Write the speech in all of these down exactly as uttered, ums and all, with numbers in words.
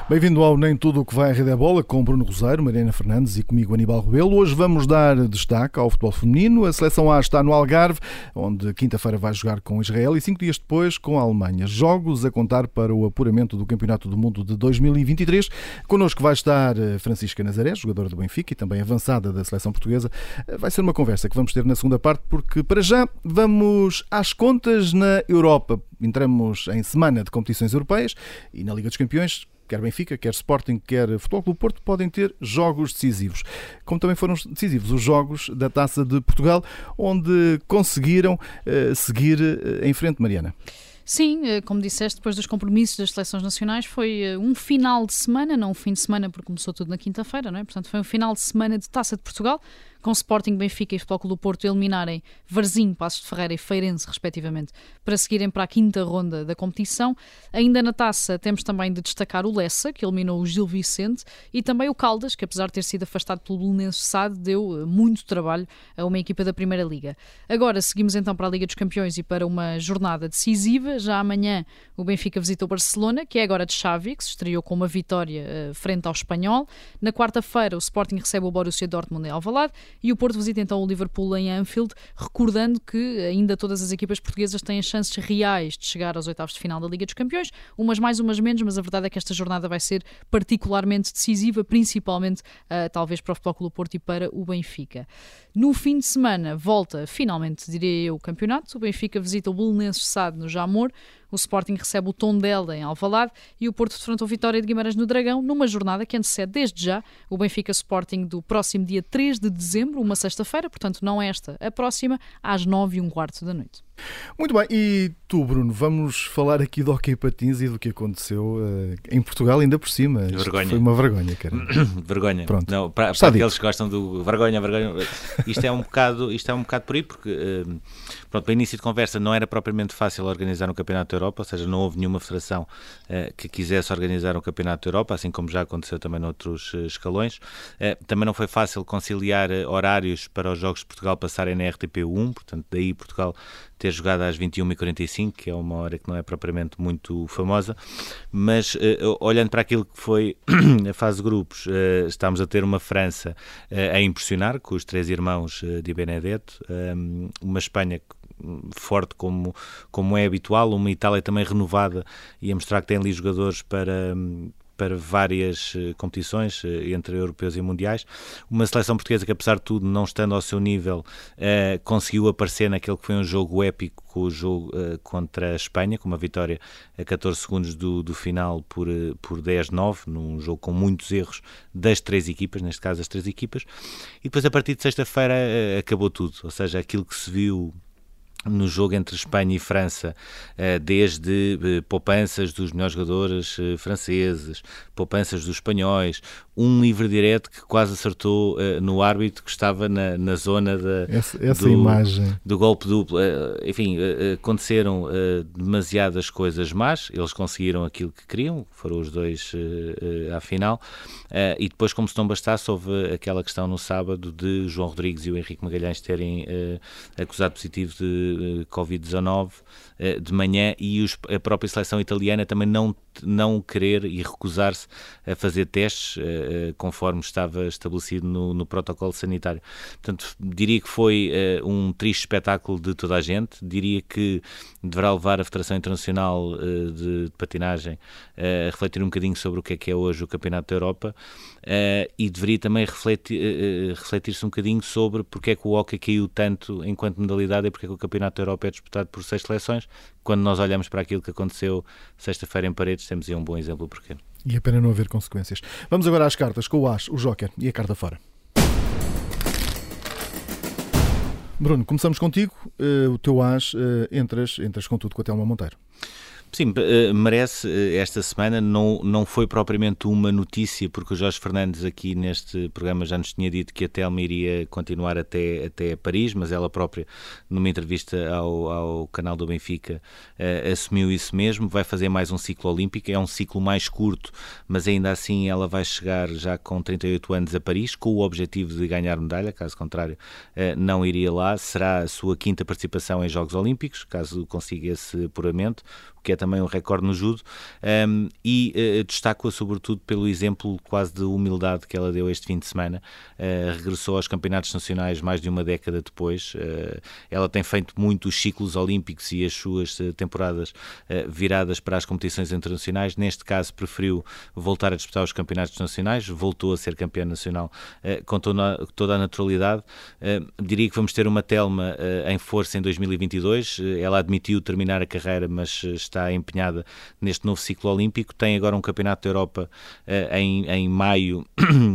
Bem-vindo ao Nem Tudo o que vai à Rede é Bola, com Bruno Roseiro, Mariana Fernandes e comigo Aníbal Rebelo. Hoje vamos dar destaque ao futebol feminino. A Seleção A está no Algarve, onde quinta-feira vai jogar com Israel e cinco dias depois com a Alemanha. Jogos a contar para o apuramento do Campeonato do Mundo de dois mil e vinte e três. Connosco vai estar Francisca Nazaré, jogadora do Benfica e também avançada da Seleção Portuguesa. Vai ser uma conversa que vamos ter na segunda parte, porque para já vamos às contas na Europa. Entramos em semana de competições europeias e na Liga dos Campeões. Quer Benfica, quer Sporting, quer Futebol Clube Porto podem ter jogos decisivos. Como também foram decisivos os jogos da Taça de Portugal, onde conseguiram uh, seguir uh, em frente, Mariana. Sim, como disseste, depois dos compromissos das seleções nacionais, foi um final de semana, não um fim de semana, porque começou tudo na quinta-feira, não é? Portanto, foi um final de semana de Taça de Portugal, com Sporting, Benfica e Futebol Clube do Porto eliminarem Varzim, Paços de Ferreira e Feirense, respectivamente, para seguirem para a quinta ronda da competição. Ainda na Taça temos também de destacar o Lessa, que eliminou o Gil Vicente, e também o Caldas, que apesar de ter sido afastado pelo Belenenses S A D, deu muito trabalho a uma equipa da Primeira Liga. Agora seguimos então para a Liga dos Campeões e para uma jornada decisiva. Já amanhã o Benfica visita o Barcelona, que é agora de Xavi, que se estreou com uma vitória uh, frente ao Espanhol. Na quarta-feira o Sporting recebe o Borussia Dortmund em Alvalade e o Porto visita então o Liverpool em Anfield, recordando que ainda todas as equipas portuguesas têm chances reais de chegar aos oitavos de final da Liga dos Campeões, umas mais, umas menos, mas a verdade é que esta jornada vai ser particularmente decisiva, principalmente uh, talvez para o Futebol Clube do Porto e para o Benfica. No fim de semana volta, finalmente diria eu, o campeonato. O Benfica visita o Belenenses S A D no Jamor, o Sporting recebe o Tondela em Alvalade e o Porto defronta o Vitória de Guimarães no Dragão, numa jornada que antecede desde já o Benfica Sporting do próximo dia três de dezembro, uma sexta-feira, portanto não esta, a próxima, às nove e um quarto da noite. Muito bem, e tu, Bruno, vamos falar aqui do hóquei patins e do que aconteceu uh, em Portugal, ainda por cima. Vergonha. Foi uma vergonha, cara. Vergonha. Pronto. Não, para, para aqueles que gostam do vergonha, vergonha, isto é um bocado, isto é um bocado por aí, porque uh, pronto, para início de conversa não era propriamente fácil organizar um Campeonato da Europa, ou seja, não houve nenhuma federação uh, que quisesse organizar um Campeonato da Europa, assim como já aconteceu também noutros uh, escalões. Uh, também não foi fácil conciliar uh, horários para os Jogos de Portugal passarem na R T P um, portanto daí Portugal ter jogado às vinte e uma e quarenta e cinco, que é uma hora que não é propriamente muito famosa, mas uh, olhando para aquilo que foi a fase de grupos, uh, estamos a ter uma França uh, a impressionar, com os três irmãos uh, de Benedetto, um, uma Espanha forte como, como é habitual, uma Itália também renovada e a mostrar que tem ali jogadores para... para várias uh, competições, uh, entre europeus e mundiais. Uma seleção portuguesa que, apesar de tudo, não estando ao seu nível, uh, conseguiu aparecer naquele que foi um jogo épico, com o jogo uh, contra a Espanha, com uma vitória a catorze segundos do, do final por, uh, por dez a nove, num jogo com muitos erros das três equipas, neste caso as três equipas. E depois, a partir de sexta-feira, uh, acabou tudo. Ou seja, aquilo que se viu no jogo entre Espanha e França, desde poupanças dos melhores jogadores franceses, poupanças dos espanhóis, um livre direto que quase acertou no árbitro que estava na, na zona da, essa, essa do, imagem. do golpe duplo. Enfim, aconteceram demasiadas coisas más, eles conseguiram aquilo que queriam, foram os dois à final, e depois, como se não bastasse, houve aquela questão no sábado de João Rodrigues e o Henrique Magalhães terem acusado positivo de covid dezanove de manhã e os, a própria seleção italiana também não, não querer e recusar-se a fazer testes uh, conforme estava estabelecido no, no protocolo sanitário. Portanto, diria que foi uh, um triste espetáculo de toda a gente, diria que deverá levar a Federação Internacional uh, de, de Patinagem uh, a refletir um bocadinho sobre o que é que é hoje o Campeonato da Europa uh, e deveria também refletir, uh, refletir-se um bocadinho sobre porque é que o hóquei caiu tanto enquanto modalidade e porque é que o Campeonato da Europa é disputado por seis seleções. Quando nós olhamos para aquilo que aconteceu sexta-feira em Paredes, temos aí um bom exemplo porquê. E é pena não haver consequências. Vamos agora às cartas, com o As, o Joker e a carta fora. Bruno, começamos contigo. Uh, o teu As, uh, entras, entras com tudo com a Telma Monteiro. Sim, merece. Esta semana não, não foi propriamente uma notícia, porque o Jorge Fernandes aqui neste programa já nos tinha dito que a Telma iria continuar até, até Paris, mas ela própria, numa entrevista ao, ao canal do Benfica, uh, assumiu isso mesmo. Vai fazer mais um ciclo olímpico, é um ciclo mais curto, mas ainda assim ela vai chegar já com trinta e oito anos a Paris, com o objetivo de ganhar medalha, caso contrário uh, não iria lá. Será a sua quinta participação em Jogos Olímpicos, caso consiga esse apuramento, que é também um recorde no judo, um, e uh, destaco-a sobretudo pelo exemplo quase de humildade que ela deu este fim de semana. Uh, regressou aos campeonatos nacionais mais de uma década depois. Uh, ela tem feito muito os ciclos olímpicos e as suas uh, temporadas uh, viradas para as competições internacionais. Neste caso preferiu voltar a disputar os campeonatos nacionais, voltou a ser campeã nacional uh, com toda, toda a naturalidade. Uh, diria que vamos ter uma Telma uh, em força em dois mil e vinte e dois. Uh, ela admitiu terminar a carreira, mas uh, está empenhada neste novo ciclo olímpico. Tem agora um campeonato da Europa uh, em, em maio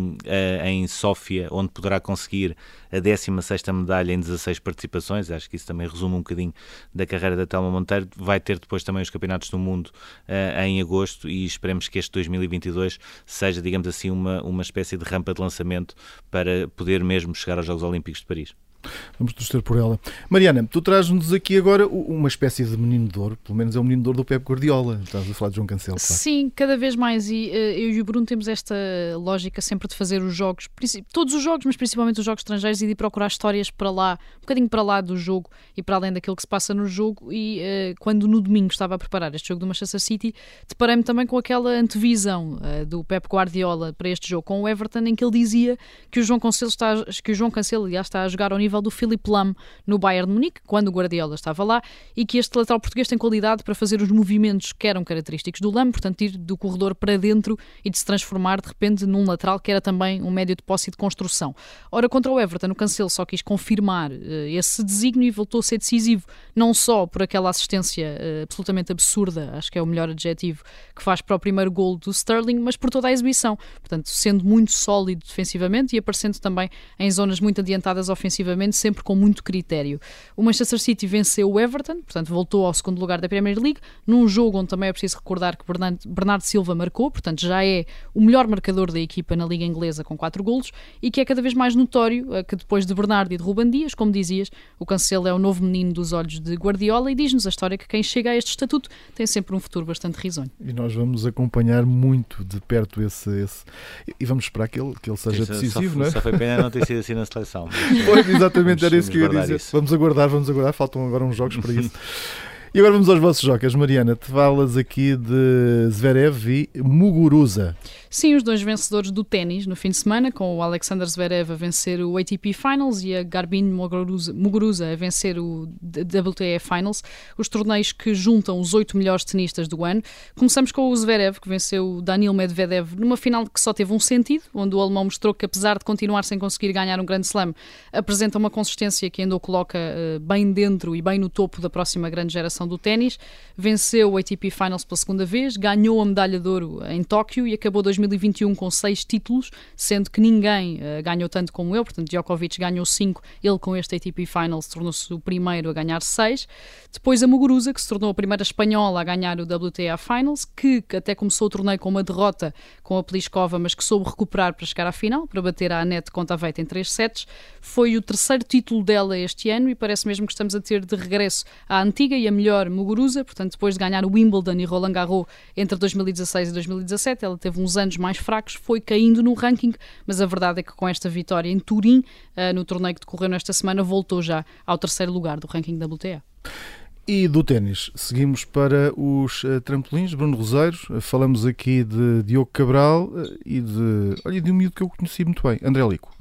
uh, em Sófia, onde poderá conseguir a décima sexta medalha em dezasseis participações. Acho que isso também resume um bocadinho da carreira da Telma Monteiro. Vai ter depois também os campeonatos do mundo uh, em agosto, e esperemos que este dois mil e vinte e dois seja, digamos assim, uma, uma espécie de rampa de lançamento para poder mesmo chegar aos Jogos Olímpicos de Paris. Vamos torcer por ela. Mariana, tu traz-nos aqui agora uma espécie de menino de ouro, pelo menos é o menino de ouro do Pep Guardiola. Estás a falar de João Cancelo, claro. Sim, cada vez mais, e uh, eu e o Bruno temos esta lógica sempre de fazer os jogos, todos os jogos, mas principalmente os jogos estrangeiros, e de procurar histórias para lá, um bocadinho para lá do jogo e para além daquilo que se passa no jogo. E uh, quando no domingo estava a preparar este jogo do Manchester City, deparei-me também com aquela antevisão uh, do Pep Guardiola para este jogo com o Everton, em que ele dizia que o João Cancelo está, que o João Cancelo, aliás, está a jogar ao nível do Philipp Lahm no Bayern de Munique, quando o Guardiola estava lá, e que este lateral português tem qualidade para fazer os movimentos que eram característicos do Lahm, portanto ir do corredor para dentro e de se transformar de repente num lateral que era também um médio de posse e de construção. Ora, contra o Everton, o Cancelo só quis confirmar uh, esse desígnio e voltou a ser decisivo, não só por aquela assistência uh, absolutamente absurda, acho que é o melhor adjetivo, que faz para o primeiro golo do Sterling, mas por toda a exibição, portanto sendo muito sólido defensivamente e aparecendo também em zonas muito adiantadas ofensivamente, sempre com muito critério. O Manchester City venceu o Everton, portanto voltou ao segundo lugar da Premier League, num jogo onde também é preciso recordar que Bernardo, Bernardo Silva marcou, portanto já é o melhor marcador da equipa na Liga Inglesa com quatro golos, e que é cada vez mais notório que depois de Bernardo e de Ruben Dias, como dizias, o Cancelo é o novo menino dos olhos de Guardiola, e diz-nos a história que quem chega a este estatuto tem sempre um futuro bastante risonho. E nós vamos acompanhar muito de perto esse... esse... e vamos esperar que ele, que ele seja Isso, decisivo, só, não é? Só foi pena não ter sido assim na seleção. Pois, exatamente, era isso que eu ia dizer. Isso. Vamos aguardar, vamos aguardar, faltam agora uns jogos para isso. E agora vamos aos vossos jogos. Mariana, te falas aqui de Zverev e Muguruza. Sim, os dois vencedores do ténis no fim de semana, com o Alexander Zverev a vencer o A T P Finals e a Garbine Muguruza, Muguruza a vencer o W T A Finals, os torneios que juntam os oito melhores tenistas do ano. Começamos com o Zverev, que venceu o Daniil Medvedev numa final que só teve um sentido, onde o alemão mostrou que, apesar de continuar sem conseguir ganhar um grande slam, apresenta uma consistência que ainda o coloca uh, bem dentro e bem no topo da próxima grande geração do ténis. Venceu o A T P Finals pela segunda vez, ganhou a medalha de ouro em Tóquio e acabou dois mil e vinte e um com seis títulos, sendo que ninguém uh, ganhou tanto como ele. Portanto, Djokovic ganhou cinco, ele com este A T P Finals tornou-se o primeiro a ganhar seis. Depois a Muguruza, que se tornou a primeira espanhola a ganhar o W T A Finals, que até começou o torneio com uma derrota com a Pliskova, mas que soube recuperar para chegar à final, para bater a Anett Kontaveit em três sets. Foi o terceiro título dela este ano e parece mesmo que estamos a ter de regresso à antiga e a melhor Muguruza. Portanto, depois de ganhar o Wimbledon e Roland Garros entre dois mil e dezasseis e dois mil e dezassete, ela teve uns anos mais fracos, foi caindo no ranking, mas a verdade é que com esta vitória em Turim, uh, no torneio que decorreu nesta semana, voltou já ao terceiro lugar do ranking W T A. E do ténis, seguimos para os uh, trampolins. Bruno Roseiros, uh, falamos aqui de Diogo Cabral uh, e de, olha, de um miúdo que eu conheci muito bem, André Lico.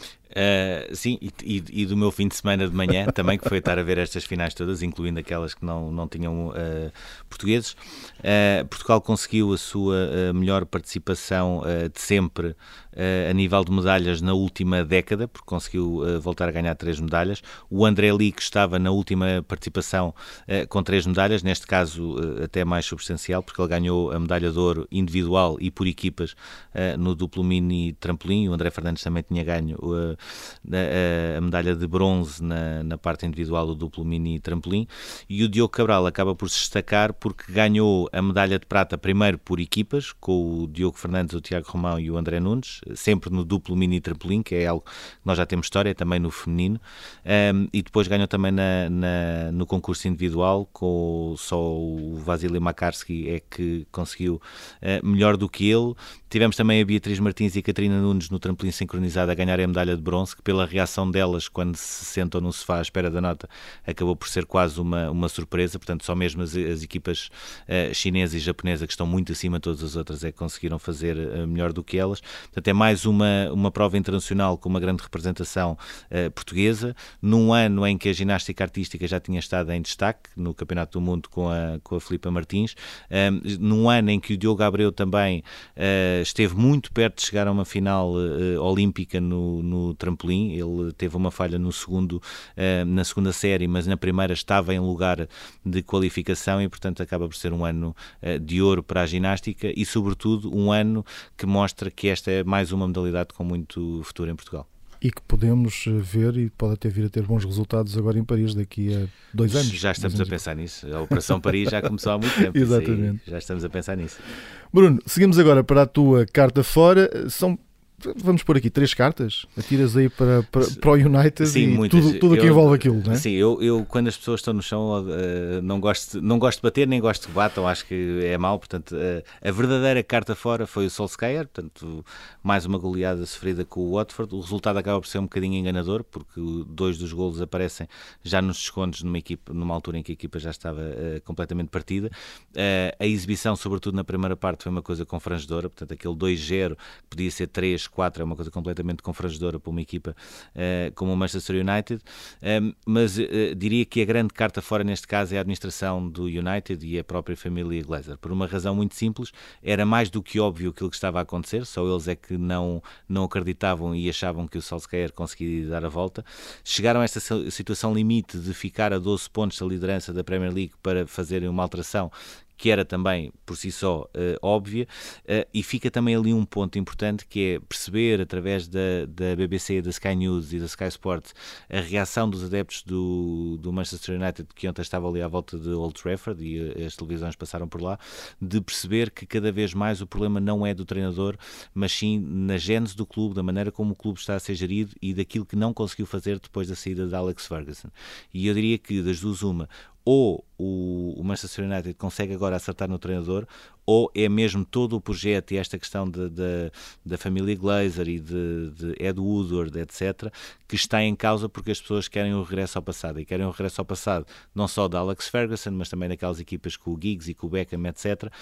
Uh, sim, e, e, e do meu fim de semana de manhã também, que foi estar a ver estas finais todas, incluindo aquelas que não, não tinham uh, portugueses. Uh, Portugal conseguiu a sua uh, melhor participação uh, de sempre uh, a nível de medalhas na última década, porque conseguiu uh, voltar a ganhar três medalhas. O André Lico estava na última participação uh, com três medalhas, neste caso uh, até mais substancial, porque ele ganhou a medalha de ouro individual e por equipas uh, no duplo mini trampolim. O André Fernandes também tinha ganho uh, a, a medalha de bronze na, na parte individual do duplo mini trampolim, e o Diogo Cabral acaba por se destacar porque ganhou a medalha de prata primeiro por equipas, com o Diogo Fernandes, o Tiago Romão e o André Nunes, sempre no duplo mini trampolim, que é algo que nós já temos história, também no feminino, um, e depois ganhou também na, na, no concurso individual, com só o Vasily Makarski é que conseguiu uh, melhor do que ele. Tivemos também a Beatriz Martins e a Catarina Nunes no trampolim sincronizado a ganhar a medalha de bronze, que pela reação delas quando se sentam no sofá à espera da nota, acabou por ser quase uma, uma surpresa. Portanto, só mesmo as, as equipas uh, chinesa e japonesa, que estão muito acima de todas as outras, é que conseguiram fazer uh, melhor do que elas. Portanto, é mais uma, uma prova internacional com uma grande representação uh, portuguesa, num ano em que a ginástica artística já tinha estado em destaque no Campeonato do Mundo com a, com a Filipa Martins, um, num ano em que o Diogo Abreu também uh, esteve muito perto de chegar a uma final uh, olímpica no, no trampolim. Ele teve uma falha no segundo, uh, na segunda série, mas na primeira estava em lugar de qualificação e, portanto, acaba por ser um ano uh, de ouro para a ginástica e, sobretudo, um ano que mostra que esta é mais uma modalidade com muito futuro em Portugal. E que podemos ver e pode até vir a ter bons resultados agora em Paris daqui a dois anos. Já estamos a pensar nisso. A Operação Paris já começou há muito tempo. Exatamente. Já estamos a pensar nisso. Bruno, seguimos agora para a tua carta fora. São... Vamos pôr aqui três cartas, atiras aí para, para, para o United. Sim, e muitas. tudo, tudo o que envolve aquilo, não é? Sim, eu, eu quando as pessoas estão no chão uh, não, gosto, não gosto de bater, nem gosto que batam, acho que é mau. Portanto, uh, a verdadeira carta fora foi o Solskjaer, portanto, mais uma goleada sofrida com o Watford. O resultado acaba por ser um bocadinho enganador, porque dois dos golos aparecem já nos descontos numa, equipa, numa altura em que a equipa já estava uh, completamente partida. Uh, a exibição, sobretudo na primeira parte, foi uma coisa confrangedora, portanto, aquele dois zero podia ser três quatro, é uma coisa completamente confrangedora para uma equipa uh, como o Manchester United, um, mas uh, diria que a grande carta fora neste caso é a administração do United e a própria família Glazer, por uma razão muito simples. Era mais do que óbvio aquilo que estava a acontecer, só eles é que não, não acreditavam e achavam que o Solskjaer conseguiria dar a volta. Chegaram a esta situação limite de ficar a doze pontos da liderança da Premier League para fazerem uma alteração que era também, por si só, uh, óbvia, uh, e fica também ali um ponto importante, que é perceber, através da, da B B C, da Sky News e da Sky Sport, a reação dos adeptos do, do Manchester United, que ontem estava ali à volta de Old Trafford, e uh, as televisões passaram por lá, de perceber que cada vez mais o problema não é do treinador, mas sim na gênese do clube, da maneira como o clube está a ser gerido e daquilo que não conseguiu fazer depois da saída de Alex Ferguson. E eu diria que, das duas, uma, ou o Manchester United consegue agora acertar no treinador, ou é mesmo todo o projeto e esta questão de, de, da família Glazer e de, de Ed Woodward, etcétera, que está em causa porque as pessoas querem o regresso ao passado, e querem o regresso ao passado não só da Alex Ferguson, mas também daquelas equipas com o Giggs e com o Beckham, etcétera,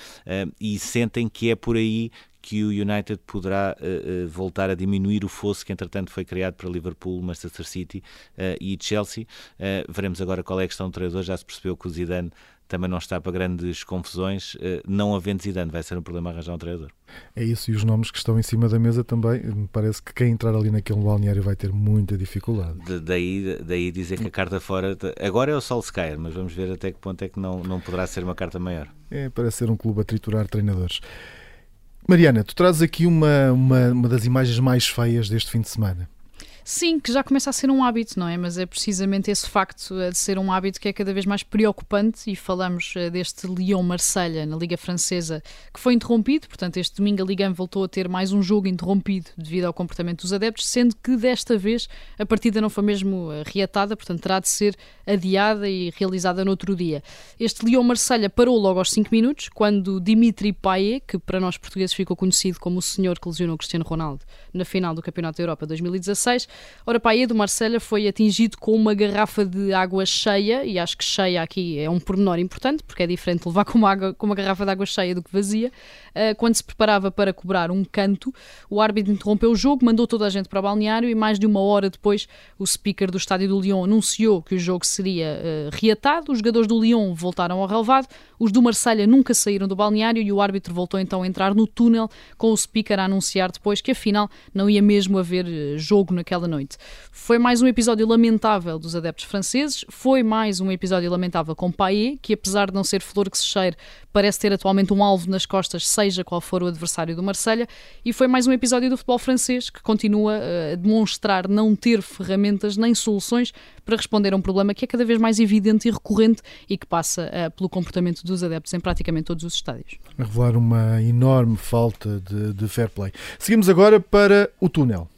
e sentem que é por aí que o United poderá uh, uh, voltar a diminuir o fosso que entretanto foi criado para Liverpool, Manchester City uh, e Chelsea. Uh, veremos agora qual é a questão do treinador. Já se percebeu que o Zidane também não está para grandes confusões. Uh, não havendo Zidane, vai ser um problema arranjar um treinador. É isso, e os nomes que estão em cima da mesa também, me parece que quem entrar ali naquele balneário vai ter muita dificuldade. De, daí, daí dizer que a carta fora, agora é o Solskjaer, mas vamos ver até que ponto é que não, não poderá ser uma carta maior. É, parece ser um clube a triturar treinadores. Mariana, tu trazes aqui uma, uma, uma das imagens mais feias deste fim de semana. Sim, que já começa a ser um hábito, não é? Mas é precisamente esse facto de ser um hábito que é cada vez mais preocupante, e falamos deste Lyon-Marselha na Liga Francesa, que foi interrompido. Portanto, este domingo a Liga um voltou a ter mais um jogo interrompido devido ao comportamento dos adeptos, sendo que desta vez a partida não foi mesmo reatada, portanto terá de ser adiada e realizada no outro dia. Este Lyon-Marselha parou logo aos cinco minutos, quando Dimitri Payet, que para nós portugueses ficou conhecido como o senhor que lesionou Cristiano Ronaldo na final do Campeonato da Europa dois mil e dezasseis, ora, Payet do Marselha foi atingido com uma garrafa de água cheia, e acho que cheia aqui é um pormenor importante, porque é diferente levar com uma, água, com uma garrafa de água cheia do que vazia. Quando se preparava para cobrar um canto, o árbitro interrompeu o jogo, mandou toda a gente para o balneário, e mais de uma hora depois o speaker do estádio do Lyon anunciou que o jogo seria uh, reatado. Os jogadores do Lyon voltaram ao relvado, os do Marselha nunca saíram do balneário, e o árbitro voltou então a entrar no túnel com o speaker a anunciar depois que afinal não ia mesmo haver jogo naquela noite. Foi mais um episódio lamentável dos adeptos franceses, foi mais um episódio lamentável com Payet, que apesar de não ser flor que se cheire, parece ter atualmente um alvo nas costas, seja qual for o adversário do Marselha, e foi mais um episódio do futebol francês que continua a demonstrar não ter ferramentas nem soluções para responder a um problema que é cada vez mais evidente e recorrente, e que passa uh, pelo comportamento dos adeptos em praticamente todos os estádios. A revelar uma enorme falta de, de fair play. Seguimos agora para o túnel.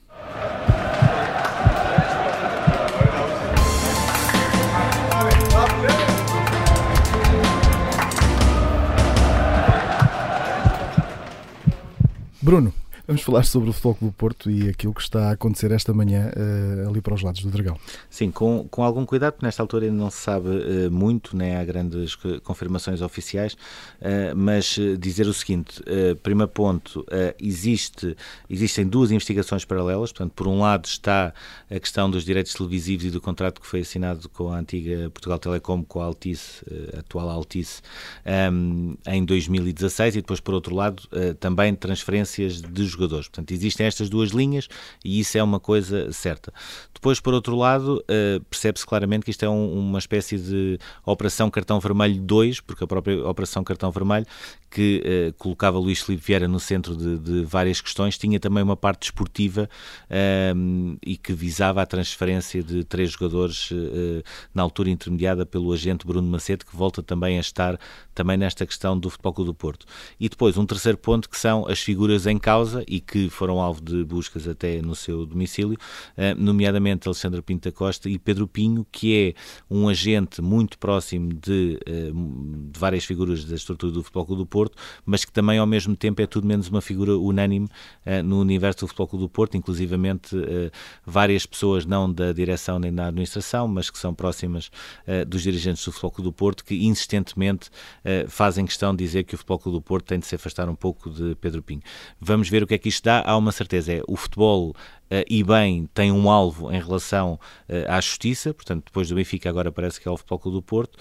Bruno, Vamos falar sobre o Futebol Clube do Porto e aquilo que está a acontecer esta manhã uh, ali para os lados do Dragão. Sim, com, com algum cuidado, porque nesta altura ainda não se sabe uh, muito, nem há grandes confirmações oficiais, uh, mas uh, dizer o seguinte, uh, primeiro ponto, uh, existe, existem duas investigações paralelas, portanto, por um lado está a questão dos direitos televisivos e do contrato que foi assinado com a antiga Portugal Telecom, com a Altice, uh, atual Altice, um, em dois mil e dezasseis, e depois, por outro lado, uh, também transferências de jogadores. Portanto, existem estas duas linhas e isso é uma coisa certa. Depois, por outro lado, uh, percebe-se claramente que isto é um, uma espécie de Operação Cartão Vermelho dois, porque a própria Operação Cartão Vermelho, que uh, colocava Luís Filipe Vieira no centro de, de várias questões, tinha também uma parte desportiva um, e que visava a transferência de três jogadores uh, na altura intermediada pelo agente Bruno Macedo, que volta também a estar também nesta questão do Futebol Clube do Porto. E depois, um terceiro ponto, que são as figuras em causa e que foram alvo de buscas até no seu domicílio, uh, nomeadamente Alexandre Pinto da Costa e Pedro Pinho, que é um agente muito próximo de, uh, de várias figuras da estrutura do Futebol Clube do Porto, mas que também ao mesmo tempo é tudo menos uma figura unânime uh, no universo do Futebol Clube do Porto, inclusivamente uh, várias pessoas, não da direção nem da administração, mas que são próximas uh, dos dirigentes do Futebol Clube do Porto, que insistentemente uh, fazem questão de dizer que o Futebol Clube do Porto tem de se afastar um pouco de Pedro Pinho. Vamos ver o que é que isto dá. Há uma certeza, é o futebol Uh, e bem, tem um alvo em relação uh, à justiça, portanto, depois do Benfica agora parece que é o Futebol Clube do Porto.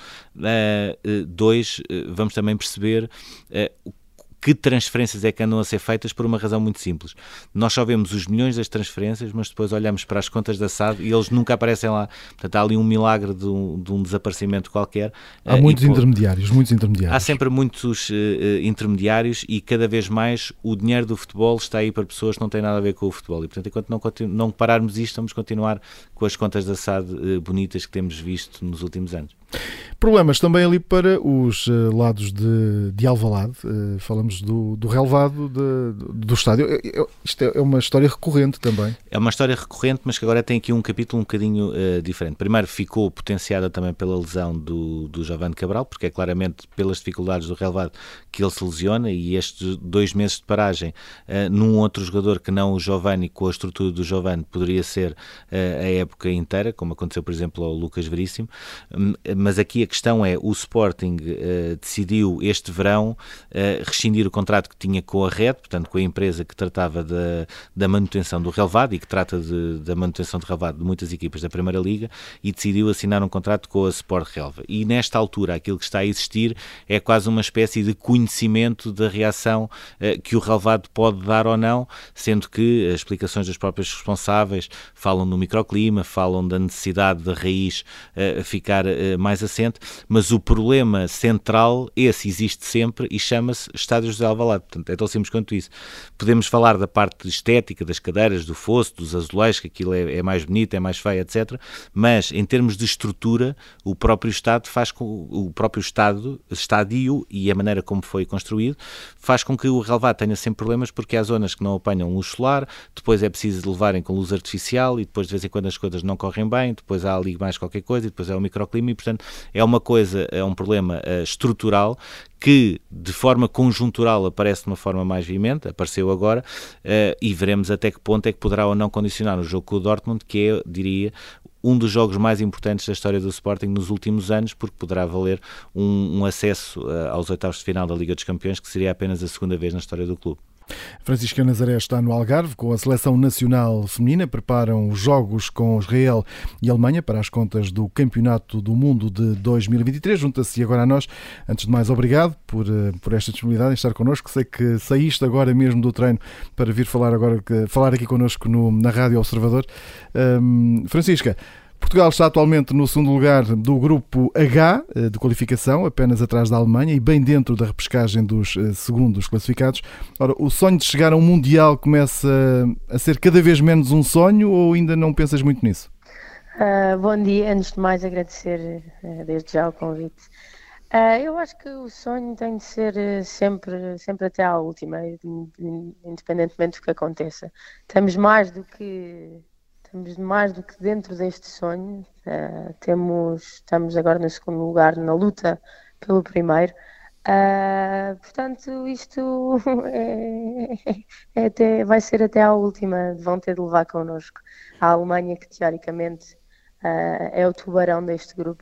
Uh, uh, dois, uh, vamos também perceber uh, que transferências é que andam a ser feitas por uma razão muito simples. Nós só vemos os milhões das transferências, mas depois olhamos para as contas da S A D e eles nunca aparecem lá. Portanto, há ali um milagre de um, de um desaparecimento qualquer. Há uh, muitos e, intermediários, muitos intermediários. Há sempre muitos uh, intermediários e cada vez mais o dinheiro do futebol está aí para pessoas que não têm nada a ver com o futebol. E, portanto, enquanto não, continu- não pararmos isto, vamos continuar com as contas da S A D uh, bonitas que temos visto nos últimos anos. Problemas também ali para os uh, lados de, de Alvalade. Uh, falamos do, do relevado de, do estádio. Eu, eu, isto é, é uma história recorrente também. É uma história recorrente, mas que agora tem aqui um capítulo um bocadinho uh, diferente. Primeiro, ficou potenciada também pela lesão do, do Giovane Cabral, porque é claramente pelas dificuldades do relevado que ele se lesiona, e estes dois meses de paragem uh, num outro jogador que não o Giovane, com a estrutura do Giovane, poderia ser uh, a época inteira, como aconteceu, por exemplo, ao Lucas Veríssimo. Um, mas aqui a questão é, o Sporting uh, decidiu este verão uh, rescindir o contrato que tinha com a Red, portanto com a empresa que tratava da, da manutenção do relevado e que trata de, da manutenção de relevado de muitas equipas da Primeira Liga, e decidiu assinar um contrato com a Sport Relva. E nesta altura aquilo que está a existir é quase uma espécie de conhecimento da reação uh, que o relevado pode dar ou não, sendo que as explicações dos próprios responsáveis falam no microclima, falam da necessidade da raiz uh, ficar uh, mais assente, mas o problema central, esse existe sempre e chama-se Estádio José Alvalade. Portanto, é tão simples quanto isso. Podemos falar da parte estética, das cadeiras, do fosso, dos azulejos, que aquilo é, é mais bonito, é mais feio, etcétera. Mas, em termos de estrutura, o próprio Estado faz com o próprio Estado, estádio e a maneira como foi construído, faz com que o relevado tenha sempre problemas, porque há zonas que não apanham luz solar, depois é preciso levarem com luz artificial e depois de vez em quando as coisas não correm bem, depois há ali mais qualquer coisa e depois é o microclima e, portanto, é uma coisa, é um problema uh, estrutural que de forma conjuntural aparece de uma forma mais veemente, apareceu agora, uh, e veremos até que ponto é que poderá ou não condicionar o jogo com o Dortmund, que é, diria, um dos jogos mais importantes da história do Sporting nos últimos anos, porque poderá valer um, um acesso uh, aos oitavos de final da Liga dos Campeões, que seria apenas a segunda vez na história do clube. Francisca Nazaré está no Algarve com a Seleção Nacional Feminina. Preparam os jogos com Israel e Alemanha para as contas do Campeonato do Mundo de dois mil e vinte e três. Junta-se agora a nós. Antes de mais, obrigado por, por esta disponibilidade em estar connosco. Sei que saíste agora mesmo do treino para vir falar, agora, falar aqui connosco no, na Rádio Observador. Um, Francisca, Portugal está atualmente no segundo lugar do grupo H de qualificação, apenas atrás da Alemanha e bem dentro da repescagem dos segundos classificados. Ora, o sonho de chegar a um Mundial começa a ser cada vez menos um sonho, ou ainda não pensas muito nisso? Uh, bom dia, antes de mais agradecer uh, desde já o convite. Uh, eu acho que o sonho tem de ser uh, sempre, sempre até à última, independentemente do que aconteça. Estamos mais do que... Estamos mais do que dentro deste sonho, uh, temos, estamos agora no segundo lugar na luta pelo primeiro, Uh, portanto, isto é, é até, vai ser até à última, vão ter de levar connosco. A Alemanha, que teoricamente uh, é o tubarão deste grupo,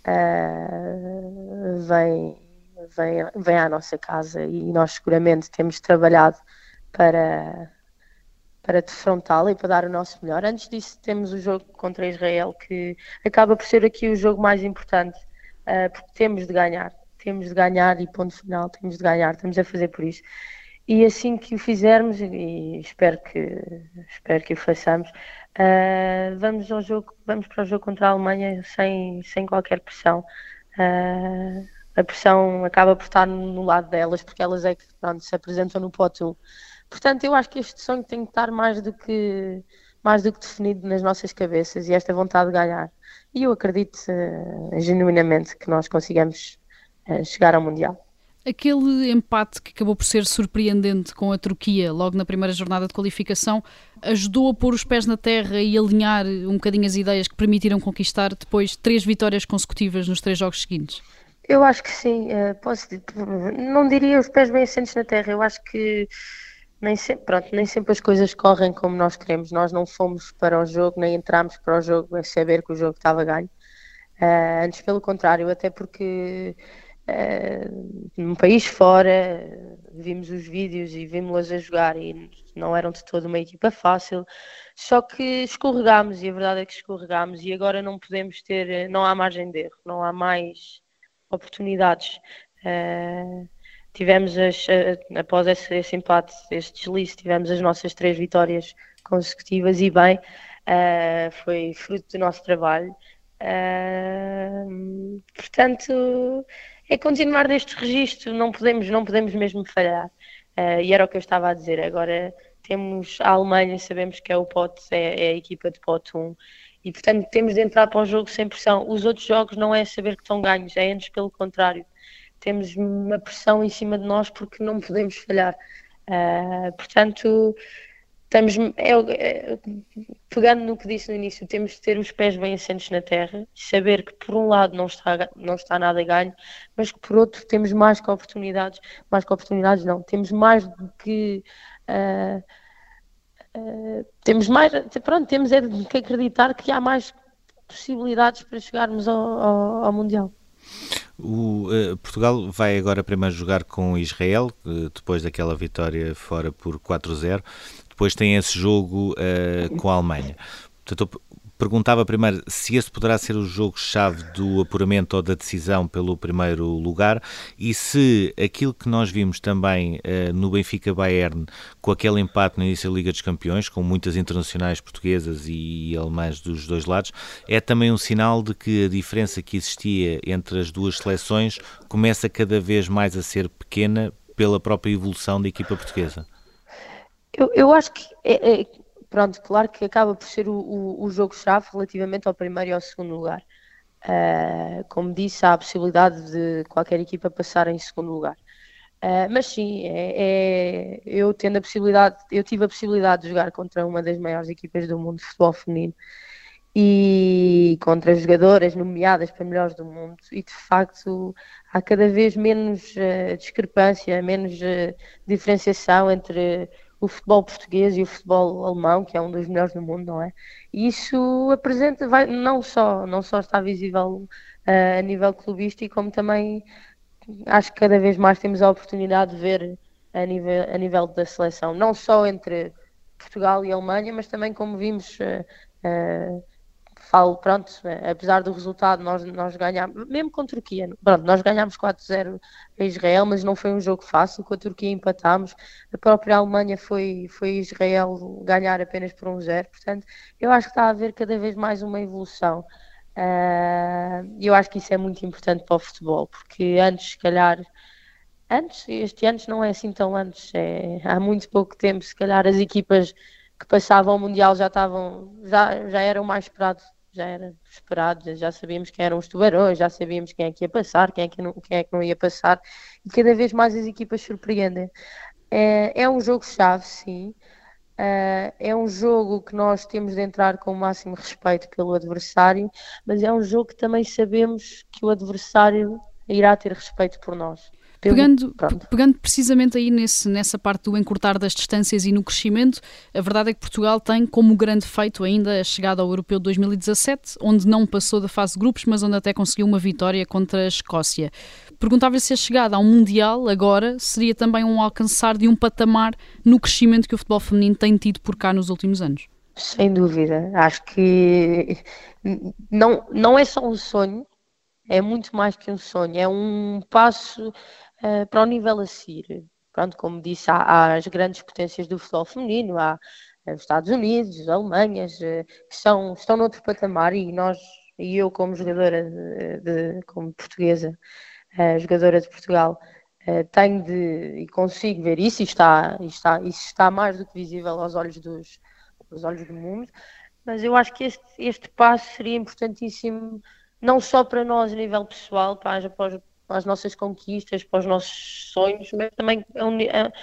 uh, vem, vem, vem à nossa casa e nós seguramente temos trabalhado para, para defrontá-la e para dar o nosso melhor. Antes disso, temos o jogo contra Israel, que acaba por ser aqui o jogo mais importante, uh, porque temos de ganhar. Temos de ganhar e ponto final, temos de ganhar, estamos a fazer por isso. E assim que o fizermos, e espero que, espero que o façamos, uh, vamos, ao jogo, vamos para o jogo contra a Alemanha sem, sem qualquer pressão. Uh, a pressão acaba por estar no lado delas, porque elas é que pronto, se apresentam no pote um. Portanto, eu acho que este sonho tem que estar mais do que, mais do que definido nas nossas cabeças e esta vontade de ganhar. E eu acredito uh, genuinamente que nós consigamos chegar ao Mundial. Aquele empate que acabou por ser surpreendente com a Turquia logo na primeira jornada de qualificação ajudou a pôr os pés na terra e alinhar um bocadinho as ideias que permitiram conquistar depois três vitórias consecutivas nos três jogos seguintes? Eu acho que sim. Posso, não diria os pés bem assentes na terra. Eu acho que nem sempre, pronto, nem sempre as coisas correm como nós queremos. Nós não fomos para o jogo, nem entramos para o jogo a saber que o jogo estava ganho. Uh, antes, pelo contrário, até porque Uh, num país fora, vimos os vídeos e vimos-las a jogar e não eram de todo uma equipa fácil, só que escorregámos e a verdade é que escorregámos e agora não podemos ter, não há margem de erro, não há mais oportunidades. Uh, tivemos, as, uh, após esse, esse empate, esse deslize, tivemos as nossas três vitórias consecutivas e bem, uh, foi fruto do nosso trabalho. Uh, portanto, é continuar neste registro, não podemos, não podemos mesmo falhar. Uh, e era o que eu estava a dizer. Agora temos a Alemanha, sabemos que é o pote, é, é a equipa de pote um, e portanto temos de entrar para o jogo sem pressão. Os outros jogos não é saber que estão ganhos, é antes pelo contrário. Temos uma pressão em cima de nós porque não podemos falhar. Uh, portanto, estamos, é, é, pegando no que disse no início, temos de ter os pés bem assentes na terra, saber que por um lado não está, não está nada ganho, mas que por outro temos mais que oportunidades, mais que oportunidades não, temos mais do que uh, uh, temos mais, pronto, temos é que acreditar que há mais possibilidades para chegarmos ao, ao, ao Mundial. O, uh, Portugal vai agora primeiro jogar com Israel, uh, depois daquela vitória fora por quatro a zero. Depois tem esse jogo uh, com a Alemanha. Portanto, eu perguntava primeiro se esse poderá ser o jogo-chave do apuramento ou da decisão pelo primeiro lugar e se aquilo que nós vimos também uh, no Benfica-Bayern, com aquele empate no início da Liga dos Campeões, com muitas internacionais portuguesas e alemãs dos dois lados, é também um sinal de que a diferença que existia entre as duas seleções começa cada vez mais a ser pequena pela própria evolução da equipa portuguesa. Eu, eu acho que, é, é, pronto, claro que acaba por ser o, o, o jogo-chave relativamente ao primeiro e ao segundo lugar. Uh, como disse, há a possibilidade de qualquer equipa passar em segundo lugar. Uh, mas sim, é, é, eu, tendo a possibilidade, eu tive a possibilidade de jogar contra uma das maiores equipas do mundo de futebol feminino e contra jogadoras nomeadas para melhores do mundo e de facto há cada vez menos uh, discrepância, menos uh, diferenciação entre o futebol português e o futebol alemão, que é um dos melhores do mundo, não é? E isso apresenta, vai, não só, não só está visível uh, a nível clubístico, como também acho que cada vez mais temos a oportunidade de ver a nível, a nível da seleção, não só entre Portugal e Alemanha, mas também como vimos, uh, uh, falo, pronto, apesar do resultado, nós, nós ganhámos, mesmo com a Turquia, pronto, nós ganhámos quatro a zero a Israel, mas não foi um jogo fácil, com a Turquia empatámos, a própria Alemanha foi, foi Israel ganhar apenas por um a zero, portanto, eu acho que está a haver cada vez mais uma evolução, e uh, eu acho que isso é muito importante para o futebol, porque antes, se calhar, antes, este ano não é assim tão antes, é, há muito pouco tempo, se calhar as equipas que passavam ao Mundial já estavam, já, já eram mais esperados, já era esperado, já sabíamos quem eram os tubarões, já sabíamos quem é que ia passar, quem é que não, quem é que não ia passar, e cada vez mais as equipas surpreendem. É, é um jogo-chave, sim, é, é um jogo que nós temos de entrar com o máximo respeito pelo adversário, mas é um jogo que também sabemos que o adversário irá ter respeito por nós. Pegando, pegando precisamente aí nesse, nessa parte do encurtar das distâncias e no crescimento, a verdade é que Portugal tem como grande feito ainda a chegada ao Europeu de dois mil e dezassete, onde não passou da fase de grupos, mas onde até conseguiu uma vitória contra a Escócia. Perguntava-lhe se a chegada a um Mundial agora seria também um alcançar de um patamar no crescimento que o futebol feminino tem tido por cá nos últimos anos. Sem dúvida. Acho que não, não é só um sonho, é muito mais que um sonho, é um passo uh, para o nível a seguir. Pronto, como disse, há, há as grandes potências do futebol feminino, há uh, os Estados Unidos, a Alemanha, uh, que são, estão noutro patamar, e nós, e eu como jogadora, de, de, como portuguesa, uh, jogadora de Portugal, uh, tenho de, e consigo ver isso, e está, e está, isso está mais do que visível aos olhos, dos, aos olhos do mundo, mas eu acho que este, este passo seria importantíssimo, não só para nós a nível pessoal, para, para, para as nossas conquistas, para os nossos sonhos, mas também a um,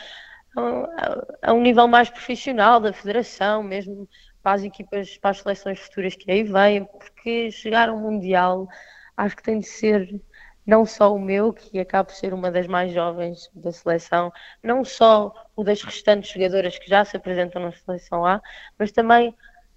a, a, a um nível mais profissional da federação, mesmo para as equipas, para as seleções futuras que aí vêm, porque chegar ao Mundial acho que tem de ser não só o meu, que acaba por ser uma das mais jovens da seleção, não só o das restantes jogadoras que já se apresentam na seleção A, mas também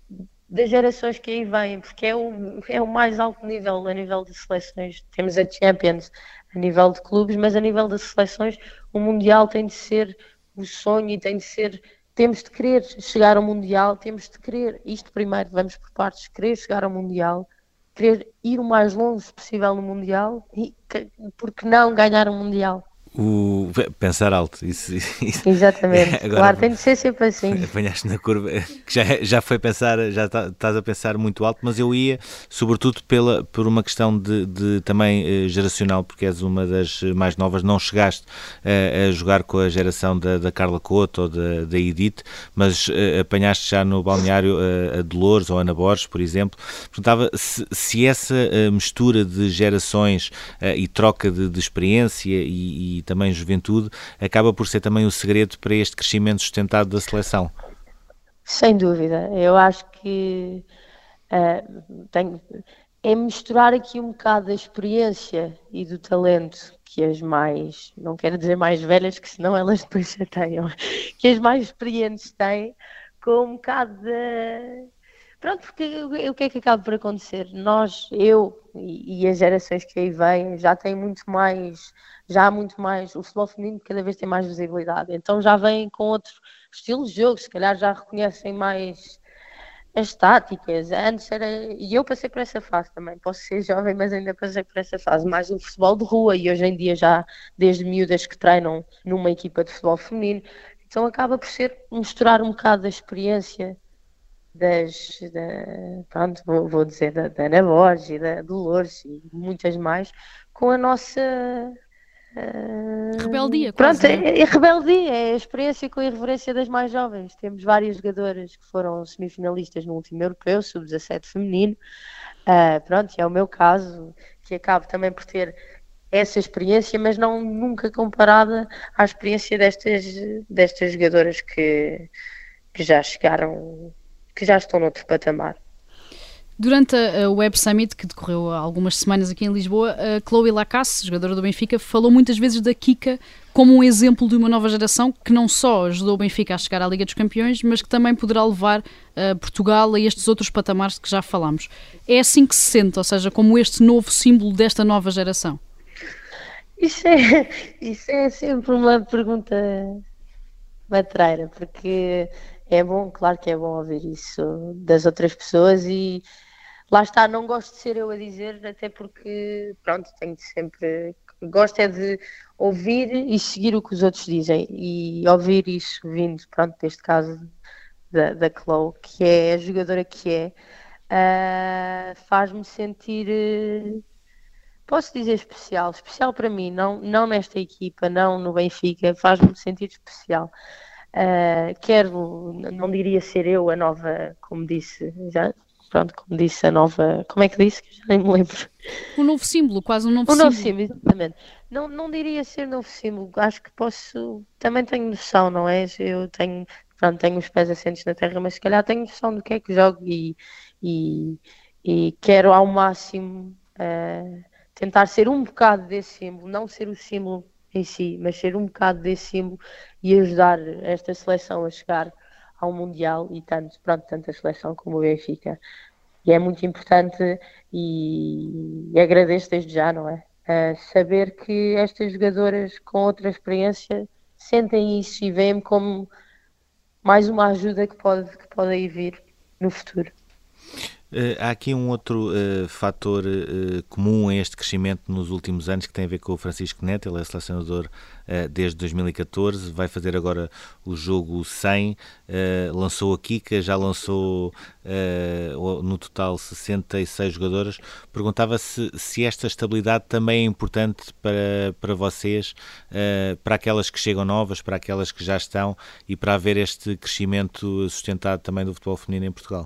das gerações que aí vêm, porque é o, é o mais alto nível a nível de seleções. Temos a Champions a nível de clubes, mas a nível das seleções o Mundial tem de ser o sonho e tem de ser, temos de querer chegar ao Mundial, temos de querer, isto primeiro, vamos por partes, querer chegar ao Mundial, querer ir o mais longe possível no Mundial e, porque não, ganhar o Mundial. O, pensar alto, isso, isso. Exatamente, agora, claro, tem de ser sempre assim. Apanhaste na curva, que já, já foi pensar, já estás a pensar muito alto, mas eu ia, sobretudo, pela, por uma questão de, de também eh, geracional, porque és uma das mais novas, não chegaste eh, a jogar com a geração da, da Carla Couto ou da, da Edith, mas eh, apanhaste já no balneário a, a Dolores ou a Ana Borges, por exemplo. Perguntava se, se essa eh, mistura de gerações eh, e troca de, de experiência e, e e também juventude, acaba por ser também o segredo para este crescimento sustentado da seleção. Sem dúvida, eu acho que uh, tenho, é misturar aqui um bocado da experiência e do talento que as mais, não quero dizer mais velhas, que senão elas depois chateiam, que as mais experientes têm, com um bocado de... Pronto, porque o que é que acaba por acontecer? Nós, eu e, e as gerações que aí vêm, já têm muito mais, já há muito mais, o futebol feminino cada vez tem mais visibilidade, então já vêm com outro estilo de jogo, se calhar já reconhecem mais as táticas. Antes era, e eu passei por essa fase também, posso ser jovem, mas ainda passei por essa fase, mais o futebol de rua, e hoje em dia já, desde miúdas que treinam numa equipa de futebol feminino, então acaba por ser misturar um bocado da experiência das, da, pronto, vou, vou dizer da, da Ana Borges e da Dolores e muitas mais, com a nossa uh, rebeldia, pronto, quase, é, é rebeldia, é a experiência com a irreverência das mais jovens. Temos várias jogadoras que foram semifinalistas no último Europeu, sub dezassete feminino, uh, pronto, e é o meu caso, que acabo também por ter essa experiência, mas não nunca comparada à experiência destas, destas jogadoras que, que já chegaram, que já estão noutro patamar. Durante a Web Summit, que decorreu há algumas semanas aqui em Lisboa, a Chloé Lacasse, jogadora do Benfica, falou muitas vezes da Kika como um exemplo de uma nova geração que não só ajudou o Benfica a chegar à Liga dos Campeões, mas que também poderá levar uh, Portugal a estes outros patamares que já falámos. É assim que se sente, ou seja, como este novo símbolo desta nova geração? Isso é, isso é sempre uma pergunta matreira, porque é bom, claro que é bom ouvir isso das outras pessoas e lá está, não gosto de ser eu a dizer, até porque, pronto, tenho de sempre, gosto é de ouvir e seguir o que os outros dizem e ouvir isso vindo, pronto, neste caso da, da Chloe, que é a jogadora que é, uh, faz-me sentir... Uh, posso dizer especial, especial para mim, não, não nesta equipa, não no Benfica, faz-me sentir especial. Uh, quero, não diria ser eu a nova, como disse, já, pronto, como disse a nova, como é que disse? Já nem me lembro. Um novo símbolo, quase um novo um símbolo. Um novo símbolo, exatamente. Não, não diria ser novo símbolo, acho que posso, também tenho noção, não é? Eu tenho, pronto, tenho os pés assentes na terra, mas se calhar tenho noção do que é que jogo e, e, e quero ao máximo... Uh, tentar ser um bocado desse símbolo, não ser o símbolo em si, mas ser um bocado desse símbolo e ajudar esta seleção a chegar ao Mundial e tanto, pronto, tanto a seleção como o Benfica. E é muito importante e, e agradeço desde já, não é? Uh, saber que estas jogadoras com outra experiência sentem isso e veem-me como mais uma ajuda que pode, que pode aí vir no futuro. Uh, há aqui um outro uh, fator uh, comum a este crescimento nos últimos anos que tem a ver com o Francisco Neto. Ele é selecionador uh, desde dois mil e catorze, vai fazer agora o jogo cem, uh, lançou a Kika, já lançou uh, no total sessenta e seis jogadoras. Perguntava se, se esta estabilidade também é importante para, para vocês, uh, para aquelas que chegam novas, para aquelas que já estão e para haver este crescimento sustentado também do futebol feminino em Portugal.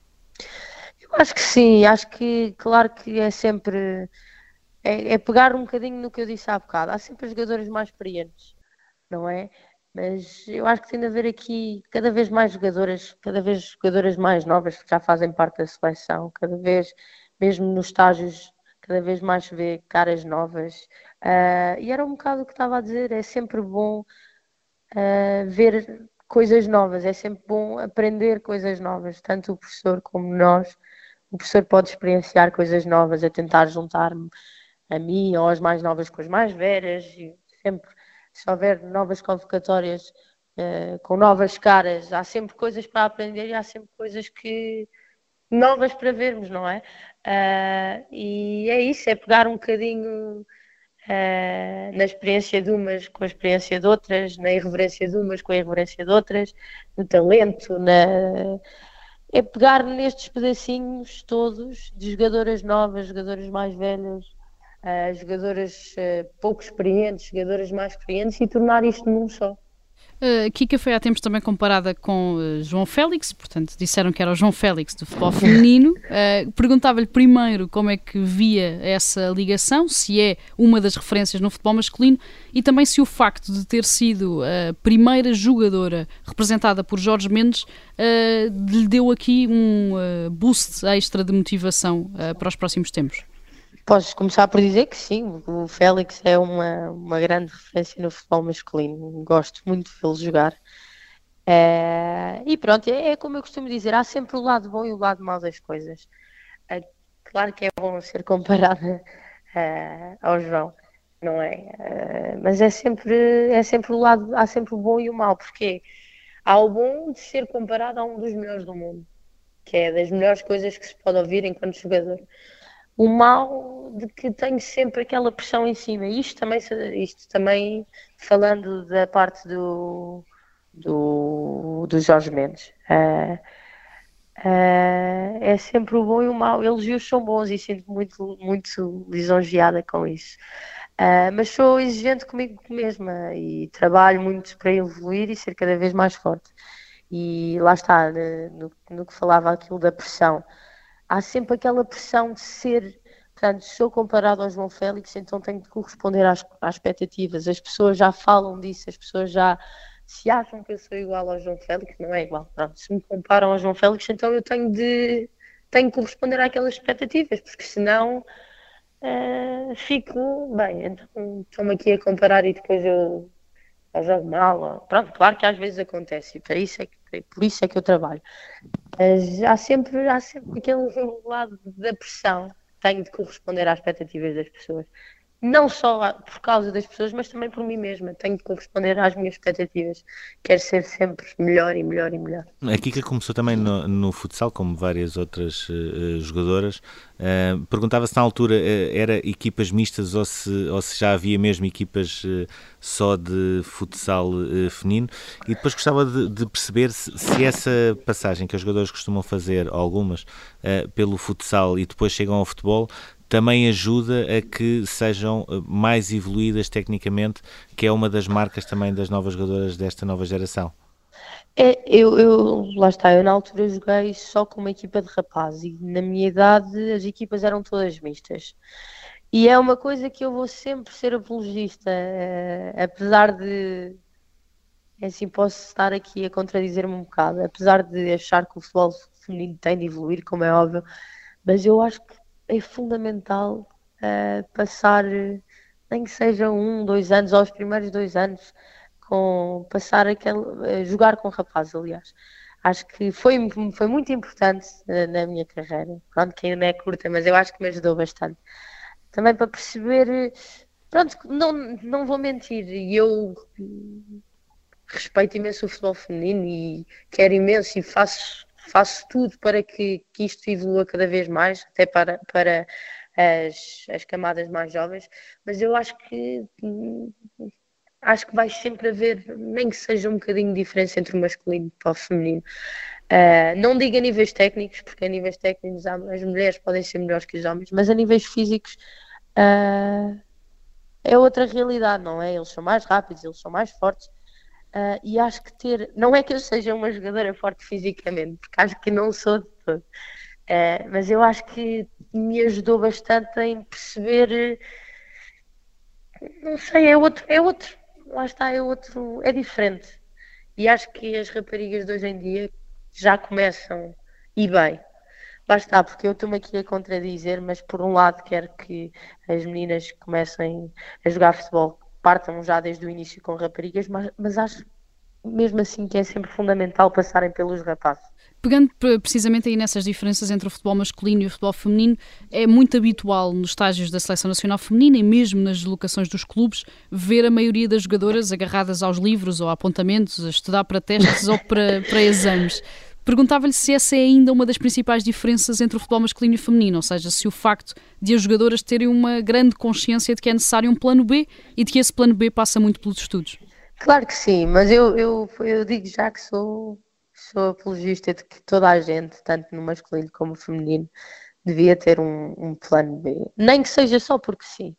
Acho que sim, acho que, claro que é sempre, é, é pegar um bocadinho no que eu disse há bocado, há sempre jogadores mais experientes, não é? Mas eu acho que tem de haver aqui cada vez mais jogadoras, cada vez jogadoras mais novas que já fazem parte da seleção, cada vez, mesmo nos estágios, cada vez mais se vê caras novas, uh, e era um bocado o que estava a dizer, é sempre bom uh, ver coisas novas, é sempre bom aprender coisas novas, tanto o professor como nós. O professor pode experienciar coisas novas, a tentar juntar-me a mim ou as mais novas com as mais velhas. E sempre, se houver novas convocatórias uh, com novas caras, há sempre coisas para aprender e há sempre coisas que novas para vermos, não é? Uh, e é isso, é pegar um bocadinho uh, na experiência de umas com a experiência de outras, na irreverência de umas com a irreverência de outras, no talento, na... É pegar nestes pedacinhos todos de jogadoras novas, jogadoras mais velhas, uh, jogadoras uh, pouco experientes, jogadoras mais experientes e tornar isto num só. Uh, Kika foi há tempos também comparada com uh, João Félix, portanto disseram que era o João Félix do futebol feminino. Uh, perguntava-lhe primeiro como é que via essa ligação, se é uma das referências no futebol masculino e também se o facto de ter sido a primeira jogadora representada por Jorge Mendes uh, lhe deu aqui um uh, boost extra de motivação uh, para os próximos tempos. Podes começar por dizer que sim, o Félix é uma, uma grande referência no futebol masculino, gosto muito de vê-lo jogar. É, e pronto, é, é como eu costumo dizer, há sempre o lado bom e o lado mau das coisas. É, claro que é bom ser comparada é, ao João, não é? É, mas é sempre, é sempre o lado, há sempre o bom e o mau, porque há o bom de ser comparado a um dos melhores do mundo, que é das melhores coisas que se pode ouvir enquanto jogador. O mal de que tenho sempre aquela pressão em cima. Isto também, isto também falando da parte do, do, do Jorge Mendes. Uh, uh, é sempre o bom e o mau. Elogios são bons e sinto muito, muito lisonjeada com isso. Uh, mas sou exigente comigo mesma e trabalho muito para evoluir e ser cada vez mais forte. E lá está, no, no que falava aquilo da pressão. Há sempre aquela pressão de ser, portanto, se sou comparado ao João Félix, então tenho de corresponder às, às expectativas. As pessoas já falam disso, as pessoas já se acham que eu sou igual ao João Félix, não é igual. Pronto, se me comparam ao João Félix, então eu tenho de, tenho de corresponder àquelas expectativas, porque senão uh, fico, bem, então estão-me aqui a comparar e depois eu, eu jogo mal. Ou, pronto, claro que às vezes acontece, e para isso é que por isso é que eu trabalho. Mas há sempre, há sempre aquele lado da pressão. Tenho de corresponder às expectativas das pessoas. Não só por causa das pessoas, mas também por mim mesma. Tenho de corresponder às minhas expectativas. Quero ser sempre melhor e melhor e melhor. A Kika começou também no, no futsal, como várias outras uh, jogadoras. Uh, perguntava se na altura uh, era equipas mistas ou se, ou se já havia mesmo equipas uh, só de futsal uh, feminino. E depois gostava de, de perceber se, se essa passagem que os jogadores costumam fazer, algumas, uh, pelo futsal e depois chegam ao futebol, também ajuda a que sejam mais evoluídas tecnicamente, que é uma das marcas também das novas jogadoras desta nova geração. É, eu, eu, lá está, eu na altura joguei só com uma equipa de rapazes e na minha idade as equipas eram todas mistas. E é uma coisa que eu vou sempre ser apologista, é, apesar de, assim, posso estar aqui a contradizer-me um bocado, apesar de achar que o futebol feminino tem de evoluir, como é óbvio, mas eu acho que é fundamental uh, passar nem que seja um, dois anos, ou os primeiros dois anos, com passar aquele, jogar com rapazes, aliás. Acho que foi, foi muito importante na minha carreira. Pronto, que ainda é curta, mas eu acho que me ajudou bastante. Também para perceber, pronto, não, não vou mentir, eu respeito imenso o futebol feminino e quero imenso e faço, faço tudo para que, que isto evolua cada vez mais, até para, para as, as camadas mais jovens, mas eu acho que acho que vai sempre haver, nem que seja um bocadinho de diferença entre o masculino e o feminino. Uh, não digo a níveis técnicos, porque a níveis técnicos as mulheres podem ser melhores que os homens, mas a níveis físicos uh, é outra realidade, não é? Eles são mais rápidos, eles são mais fortes. Uh, e acho que ter, não é que eu seja uma jogadora forte fisicamente, porque acho que não sou de todo, uh, mas eu acho que me ajudou bastante em perceber, não sei, é outro, é outro, lá está, é outro, é diferente. E acho que as raparigas de hoje em dia já começam, e bem, lá está, porque eu estou-me aqui a contradizer, mas por um lado quero que as meninas comecem a jogar futebol, partam já desde o início com raparigas, mas, mas acho mesmo assim que é sempre fundamental passarem pelos rapazes. Pegando precisamente aí nessas diferenças entre o futebol masculino e o futebol feminino, é muito habitual nos estágios da Seleção Nacional Feminina e mesmo nas deslocações dos clubes, ver a maioria das jogadoras agarradas aos livros ou a apontamentos, a estudar para testes ou para, para exames. Perguntava-lhe se essa é ainda uma das principais diferenças entre o futebol masculino e feminino, ou seja, se o facto de as jogadoras terem uma grande consciência de que é necessário um plano B e de que esse plano B passa muito pelos estudos. Claro que sim, mas eu, eu, eu digo já que sou, sou apologista de que toda a gente, tanto no masculino como no feminino, devia ter um, um plano B. Nem que seja só porque sim.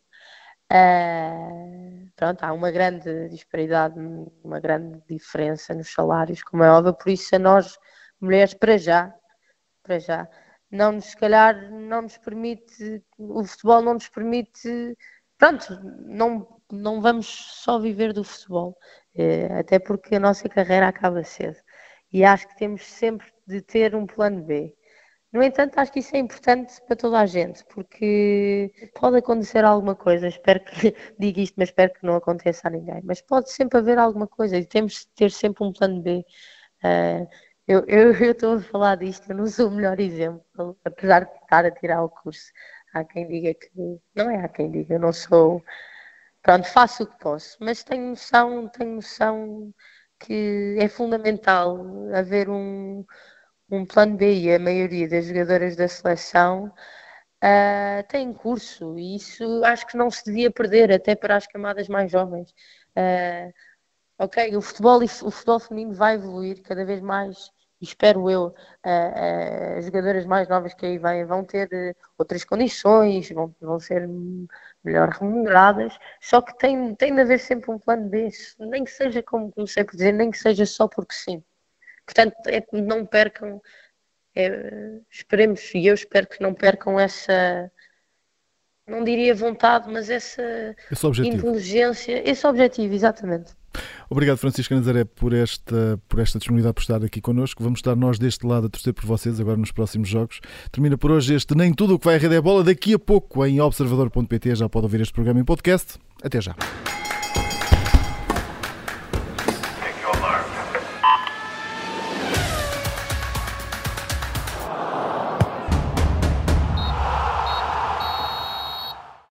Uh, pronto, há uma grande disparidade, uma grande diferença nos salários, como é óbvio, por isso a nós, mulheres, para já, para já, não nos, se calhar, não nos permite, o futebol não nos permite, pronto, não, não vamos só viver do futebol, é, até porque a nossa carreira acaba cedo, e acho que temos sempre de ter um plano B. No entanto, acho que isso é importante para toda a gente, porque pode acontecer alguma coisa, espero que, diga isto, mas espero que não aconteça a ninguém, mas pode sempre haver alguma coisa, e temos de ter sempre um plano B. Uh, Eu, eu, eu estou a falar disto, eu não sou o melhor exemplo, apesar de estar a tirar o curso. Há quem diga que... Não é há quem diga, eu não sou... Pronto, faço o que posso, mas tenho noção, tenho noção que é fundamental haver um, um plano B e a maioria das jogadoras da seleção uh, tem curso e isso acho que não se devia perder, até para as camadas mais jovens. Uh, Ok, o futebol, o futebol feminino vai evoluir cada vez mais e espero eu, uh, uh, as jogadoras mais novas que aí vêm vão ter uh, outras condições, vão, vão ser melhor remuneradas, só que tem, tem de haver sempre um plano B, nem que seja, como comecei por dizer, nem que seja só porque sim. Portanto, é, não percam, é, esperemos, e eu espero que não percam essa... Não diria vontade, mas essa esse inteligência, esse objetivo, exatamente. Obrigado, Francisca Nazaré, por esta, por esta disponibilidade, por estar aqui connosco. Vamos estar nós deste lado a torcer por vocês agora nos próximos jogos. Termina por hoje este Nem Tudo o que vai à Rede é Bola. Daqui a pouco em observador ponto pt já pode ouvir este programa em podcast. Até já.